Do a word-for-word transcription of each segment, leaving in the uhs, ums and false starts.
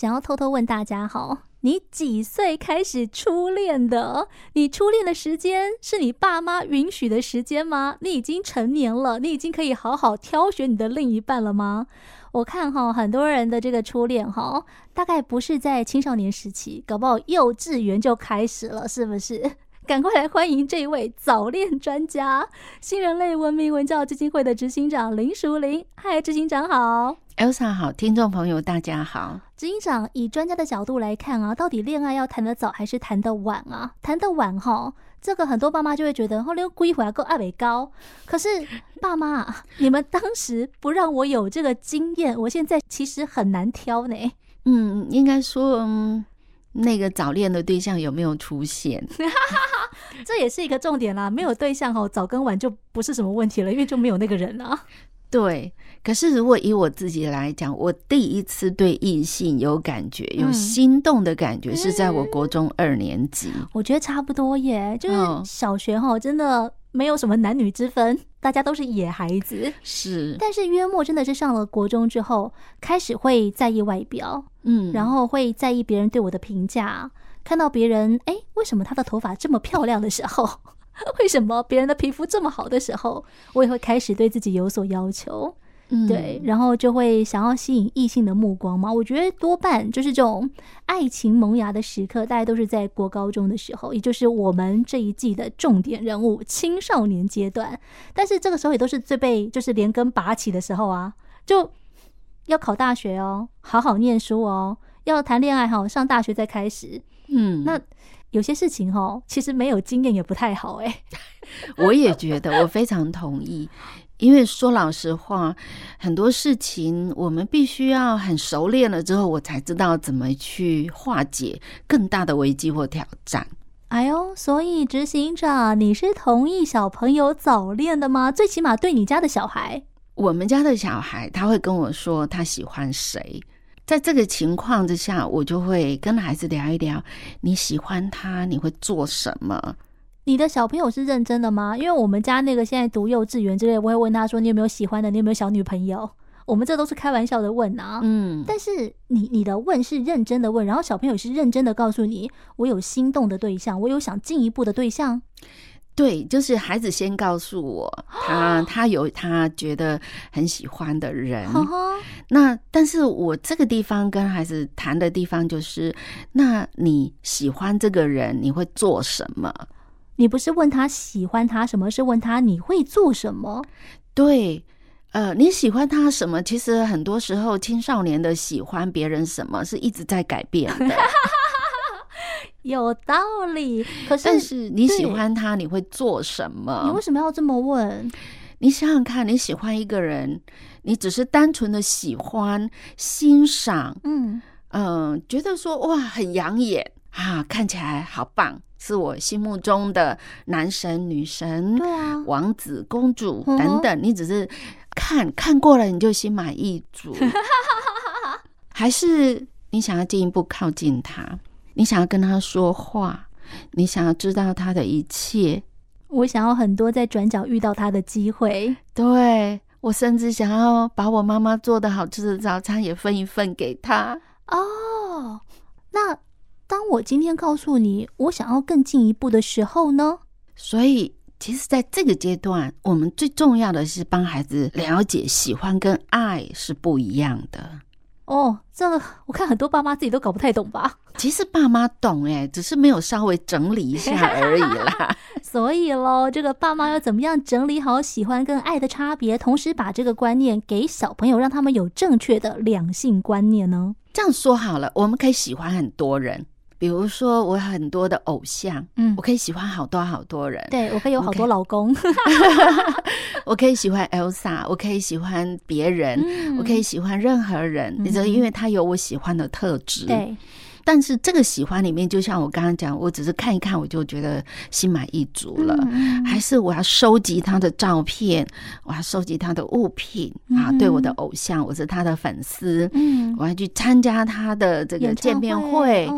想要偷偷问大家哈，你几岁开始初恋的？你初恋的时间是你爸妈允许的时间吗？你已经成年了，你已经可以好好挑选你的另一半了吗？我看哈，很多人的这个初恋哈，大概不是在青少年时期，搞不好幼稚园就开始了，是不是？赶快来欢迎这一位早恋专家，新人类文明文教基金会的执行长林淑玲。嗨，执行长好。 Elsa 好，听众朋友大家好。 执行长，以专家的角度来看啊，到底恋爱要谈得早还是谈得晚啊？谈得晚哈，这个很多爸妈就会觉得后来归回来够爱美高。可是爸妈，你们当时不让我有这个经验，我现在其实很难挑呢。 嗯，应该说，嗯，那个早恋的对象有没有出现？ 这也是一个重点啦。没有对象吼，早跟晚就不是什么问题了，因为就没有那个人啊。 对，可是如果以我自己来讲，我第一次对异性有感觉、嗯、有心动的感觉是在我国中二年级、嗯、 我觉得差不多耶，就是小学吼真的没有什么男女之分，大家都是野孩子， 是。 但是约莫真的是上了国中之后，开始会在意外表，嗯，然后会在意别人对我的评价，看到别人哎，为什么他的头发这么漂亮的时候，为什么别人的皮肤这么好的时候，我也会开始对自己有所要求，嗯，对，然后就会想要吸引异性的目光嘛。我觉得多半就是这种爱情萌芽的时刻，大概都是在国高中的时候，也就是我们这一季的重点人物青少年阶段。但是这个时候也都是最被就是连根拔起的时候啊，就要考大学哦，好好念书哦，要谈恋爱好，上大学再开始。嗯，那有些事情齁，其实没有经验也不太好哎、欸。 我也觉得，我非常同意。因为说老实话，很多事情我们必须要很熟练了之后，我才知道怎么去化解更大的危机或挑战。 哎呦，所以执行长，你是同意小朋友早恋的吗？最起码对你家的小孩。 我们家的小孩他会跟我说他喜欢谁，在这个情况之下，我就会跟孩子聊一聊，你喜欢他你会做什么。 你的小朋友是认真的吗？因为我们家那个现在读幼稚园之类，我会问他说你有没有喜欢的，你有没有小女朋友，我们这都是开玩笑的问啊。嗯，但是你你的问是认真的问，然后小朋友是认真的告诉你，我有心动的对象，我有想进一步的对象。 对，就是孩子先告诉我他他有他觉得很喜欢的人，那但是我这个地方跟孩子谈的地方就是，那你喜欢这个人你会做什么？ 你不是问他喜欢他什么，是问他你会做什么。 对，呃，你喜欢他什么，其实很多时候青少年的喜欢别人什么是一直在改变的。 有道理，可是但是你喜欢他你会做什么？ 你为什么要这么问？ 你想想看，你喜欢一个人，你只是单纯的喜欢欣赏，嗯嗯、呃，觉得说哇很养眼啊，看起来好棒，是我心目中的男神女神， 对啊， 王子公主等等，你只是看看过了你就心满意足。还是你想要进一步靠近他，你想要跟他说话，你想要知道他的一切， 我想要很多在转角遇到他的机会。 对，我甚至想要把我妈妈做的好吃的早餐也分一份给他。 哦，那当我今天告诉你我想要更进一步的时候呢？ 所以其实在这个阶段，我们最重要的是帮孩子了解喜欢跟爱是不一样的。 哦，这个我看很多爸妈自己都搞不太懂吧。 其实爸妈懂耶，只是没有稍微整理一下而已啦。 所以咯，这个爸妈要怎么样整理好喜欢跟爱的差别，同时把这个观念给小朋友，让他们有正确的两性观念呢？ 这样说好了，我们可以喜欢很多人，比如说我有很多的偶像，嗯，我可以喜欢好多好多人， 对，我可以有好多老公， 我可以喜欢 Elsa， 我可以喜欢别人，嗯，我可以喜欢任何人，嗯，因为他有我喜欢的特质， 对。 但是这个喜欢里面，就像我刚刚讲，我只是看一看我就觉得心满意足了，嗯，还是我要收集他的照片，我要收集他的物品，嗯，啊，对我的偶像，我是他的粉丝，嗯，我要去参加他的这个见面会，哦，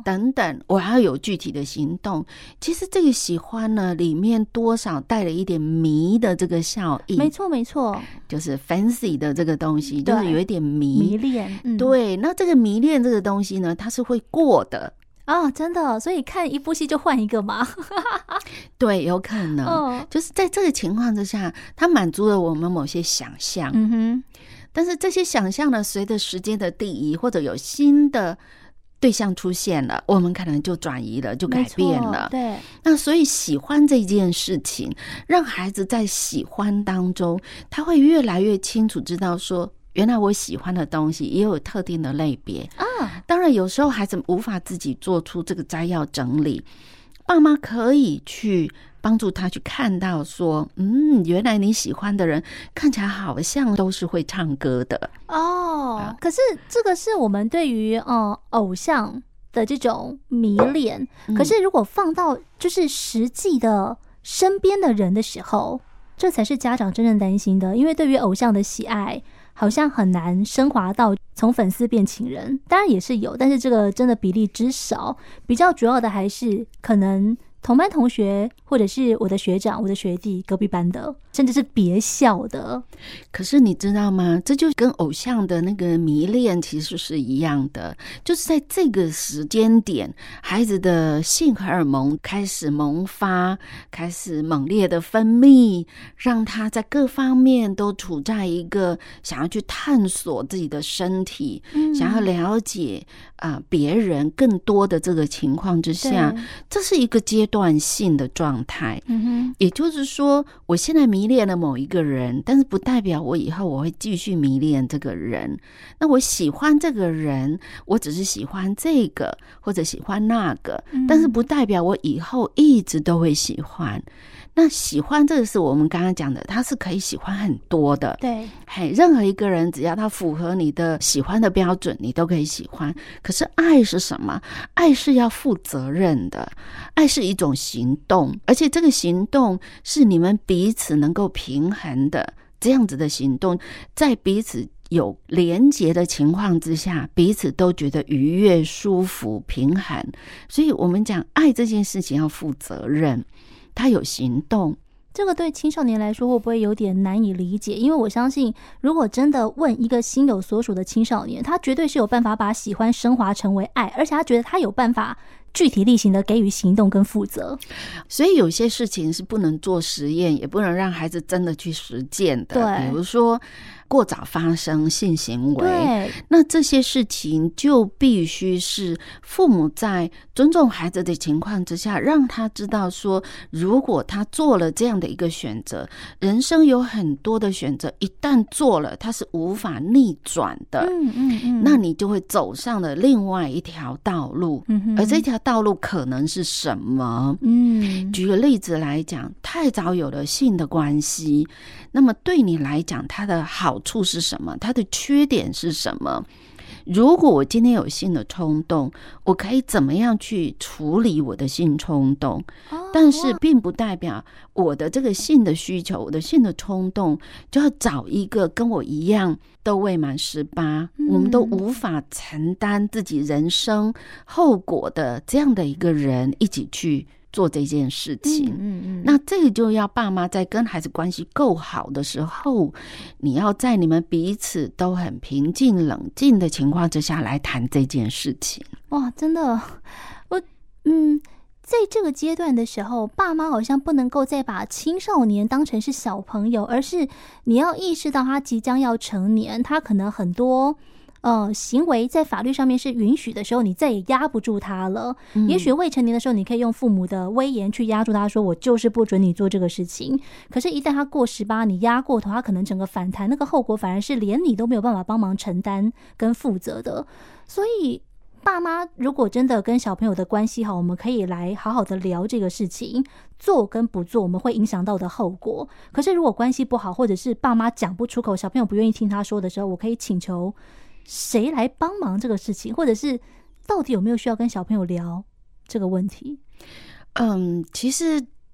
等等，我还要有具体的行动。其实这个喜欢呢，里面多少带了一点迷的这个效应。 没错没错， 就是 fancy 的这个东西，就是有一点迷迷恋、嗯、 对，那这个迷恋这个东西呢，它是会过的啊、哦，真的，所以看一部戏就换一个嘛。 对，有可能、哦、就是在这个情况之下，它满足了我们某些想象。 嗯哼， 但是这些想象呢，随着时间的递移，或者有新的对象出现了，我们可能就转移了，就改变了。 对， 那所以喜欢这件事情，让孩子在喜欢当中，他会越来越清楚知道说，原来我喜欢的东西也有特定的类别啊。当然有时候孩子无法自己做出这个摘要整理，爸妈可以去帮助他去看到说，嗯，原来你喜欢的人看起来好像都是会唱歌的哦、啊、可是这个是我们对于呃偶像的这种迷恋、嗯、可是如果放到就是实际的身边的人的时候，这才是家长真正担心的。因为对于偶像的喜爱好像很难升华到从粉丝变情人，当然也是有，但是这个真的比例之少。比较主要的还是可能同班同学，或者是我的学长、我的学弟、隔壁班的，甚至是别校的。 可是你知道吗？这就跟偶像的那个迷恋其实是一样的，就是在这个时间点，孩子的性荷尔蒙开始萌发，开始猛烈的分泌，让他在各方面都处在一个想要去探索自己的身体，嗯、想要了解啊、呃、别人更多的这个情况之下，这是一个阶段段性的状态、嗯、哼，也就是说我现在迷恋了某一个人，但是不代表我以后我会继续迷恋这个人。那我喜欢这个人，我只是喜欢这个或者喜欢那个、嗯、但是不代表我以后一直都会喜欢。那喜欢这个是我们刚刚讲的，他是可以喜欢很多的， 对， 嘿，任何一个人只要他符合你的喜欢的标准，你都可以喜欢。可是爱是什么？爱是要负责任的，爱是一种行动，而且这个行动是你们彼此能够平衡的，这样子的行动，在彼此有连结的情况之下，彼此都觉得愉悦、舒服、平衡。所以我们讲爱这件事情要负责任，他有行动。 这个对青少年来说会不会有点难以理解？因为我相信如果真的问一个心有所属的青少年，他绝对是有办法把喜欢升华成为爱，而且他觉得他有办法具体力行的给予行动跟负责。 所以有些事情是不能做实验，也不能让孩子真的去实践的。 对， 比如说过早发生性行为， 对， 那这些事情就必须是父母在尊重孩子的情况之下，让他知道说，如果他做了这样的一个选择，人生有很多的选择，一旦做了他是无法逆转的。嗯嗯嗯，那你就会走上了另外一条道路。嗯，而这条道路可能是什么？嗯，举个例子来讲，太早有了性的关系，那么对你来讲，它的好处是什么？它的缺点是什么？如果我今天有性的冲动，我可以怎么样去处理我的性冲动？但是并不代表我的这个性的需求，我的性的冲动就要找一个跟我一样都未满十八、嗯、我们都无法承担自己人生后果的这样的一个人一起去做这件事情。嗯嗯嗯，那这个就要爸妈在跟孩子关系够好的时候，你要在你们彼此都很平静冷静的情况之下来谈这件事情。 哇，真的，我嗯，在这个阶段的时候，爸妈好像不能够再把青少年当成是小朋友，而是你要意识到他即将要成年，他可能很多呃，行为在法律上面是允许的时候，你再也压不住他了。嗯、也许未成年的时候，你可以用父母的威严去压住他，说我就是不准你做这个事情。可是，一旦他过十八，你压过头，他可能整个反弹，那个后果反而是连你都没有办法帮忙承担跟负责的。所以，爸妈如果真的跟小朋友的关系好，我们可以来好好的聊这个事情，做跟不做我们会影响到的后果。可是如果关系不好，或者是爸妈讲不出口，小朋友不愿意听他说的时候，我可以请求谁来帮忙这个事情，或者是到底有没有需要跟小朋友聊这个问题？ 嗯，其实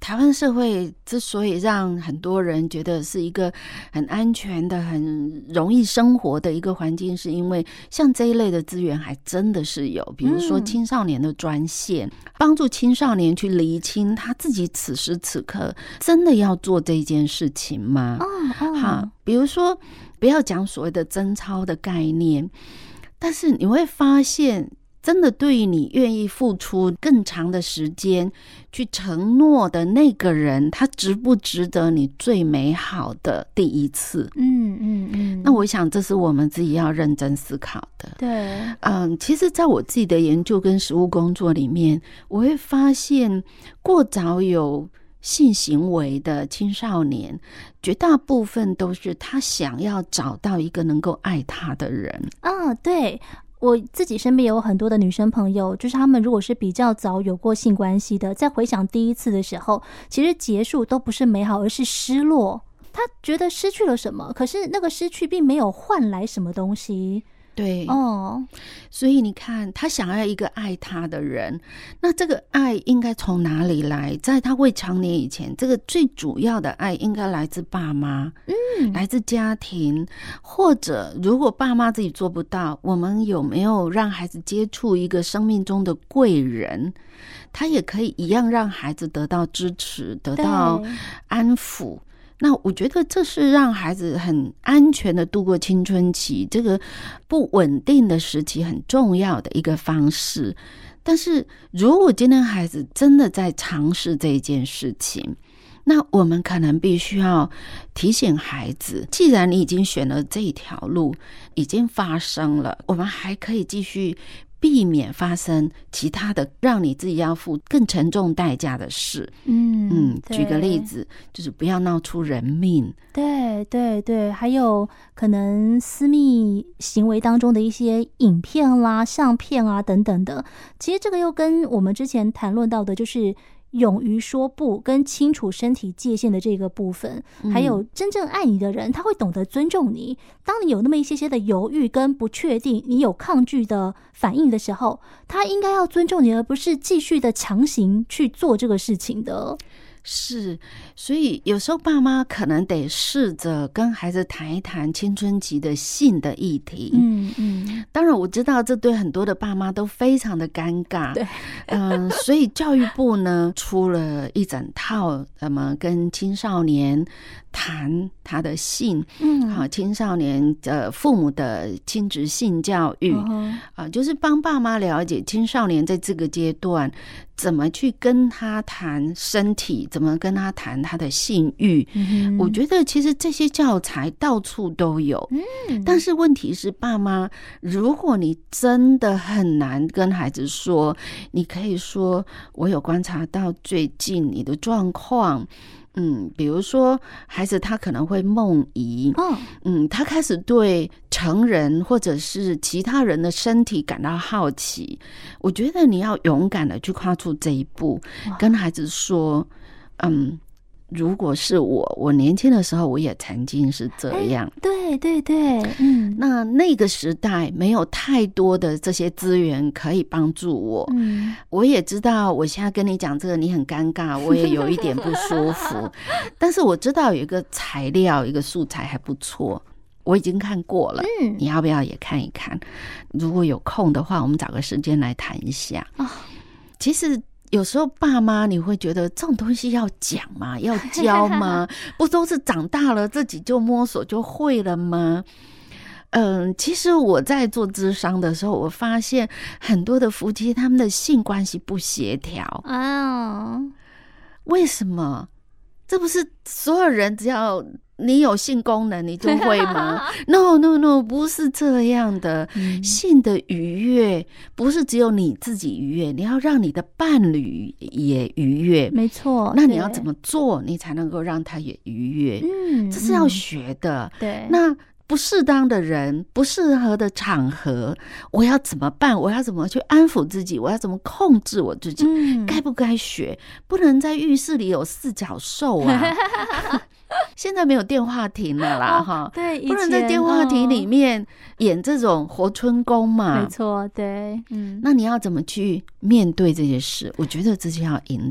台湾社会之所以让很多人觉得是一个很安全的、很容易生活的一个环境，是因为像这一类的资源还真的是有，比如说青少年的专线，帮助青少年去厘清他自己此时此刻真的要做这件事情吗？ 哦哦， 好，比如说不要讲所谓的贞操的概念，但是你会发现真的对于你愿意付出更长的时间去承诺的那个人，他值不值得你最美好的第一次？ 嗯嗯嗯。 那我想这是我们自己要认真思考的。 对， 嗯，其实在我自己的研究跟实务工作里面，我会发现过早有性行为的青少年，绝大部分都是他想要找到一个能够爱他的人。 啊，对。我自己身边有很多的女生朋友，就是她们如果是比较早有过性关系的，在回想第一次的时候，其实结束都不是美好，而是失落。她觉得失去了什么，可是那个失去并没有换来什么东西。 对哦， 所以你看，他想要一个爱他的人，那这个爱应该从哪里来？在他未成年以前，这个最主要的爱应该来自爸妈，嗯，来自家庭，或者如果爸妈自己做不到，我们有没有让孩子接触一个生命中的贵人？他也可以一样让孩子得到支持，得到安抚。那我觉得这是让孩子很安全的度过青春期这个不稳定的时期很重要的一个方式。但是如果今天孩子真的在尝试这一件事情，那我们可能必须要提醒孩子，既然你已经选了这一条路，已经发生了，我们还可以继续避免发生其他的让你自己要付更沉重代价的事。嗯嗯，举个例子，就是不要闹出人命。 对对对，还有可能私密行为当中的一些影片啦、相片啊等等的。其实这个又跟我们之前谈论到的，就是勇于说不跟清楚身体界限的这个部分，还有真正爱你的人，他会懂得尊重你。当你有那么一些些的犹豫跟不确定，你有抗拒的反应的时候，他应该要尊重你，而不是继续的强行去做这个事情的。 是，所以有时候爸妈可能得试着跟孩子谈一谈青春期的性的议题。嗯嗯，当然我知道这对很多的爸妈都非常的尴尬。对，嗯、呃，所以教育部呢出了一整套怎么跟青少年谈他的性，嗯，好，青少年的父母的亲职性教育，啊、uh-huh. 呃，就是帮爸妈了解青少年在这个阶段怎么去跟他谈身体，怎么跟他谈他的性欲。嗯、我觉得其实这些教材到处都有，嗯，但是问题是爸妈，如果你真的很难跟孩子说，你可以说我有观察到最近你的状况。嗯，比如说孩子他可能会梦遗，哦，嗯，他开始对成人或者是其他人的身体感到好奇，我觉得你要勇敢的去跨出这一步，跟孩子说，嗯，如果是我，我年轻的时候我也曾经是这样。欸、 对对对，嗯， 那那个时代没有太多的这些资源可以帮助我。嗯，我也知道我现在跟你讲这个你很尴尬，我也有一点不舒服。但是我知道有一个材料，一个素材还不错，我已经看过了。嗯，你要不要也看一看？如果有空的话，我们找个时间来谈一下。哦，其实有时候爸妈你会觉得这种东西要讲吗？要教吗？不都是长大了自己就摸索就会了吗？嗯，其实我在做諮商的时候，我发现很多的夫妻他们的性关系不协调啊。为什么？这不是所有人只要你有性功能你就会吗？ No No No， 不是这样的。嗯，性的愉悦不是只有你自己愉悦，你要让你的伴侣也愉悦。 没错， 那你要怎么做你才能够让他也愉悦？嗯，这是要学的。嗯，对，那不适当的人，不适合的场合，我要怎么办？我要怎么去安抚自己？我要怎么控制我自己？嗯，该不该学？不能在浴室里有四脚兽啊！现在没有电话亭了啦，哈，哦，对，不能在电话亭里面演这种活春宫嘛。 没错，对，嗯， 那你要怎么去面对这些事？我觉得自己要引导。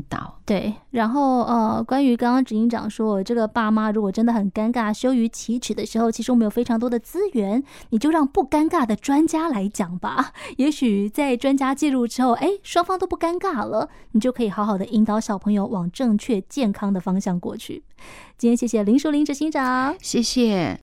对，然后呃，关于刚刚执行长说，这个爸妈如果真的很尴尬、羞于启齿的时候，其实我们有非常多的资源，你就让不尴尬的专家来讲吧。也许在专家介入之后，哎，双方都不尴尬了，你就可以好好的引导小朋友往正确健康的方向过去。今天谢谢林淑玲执行长， 谢谢。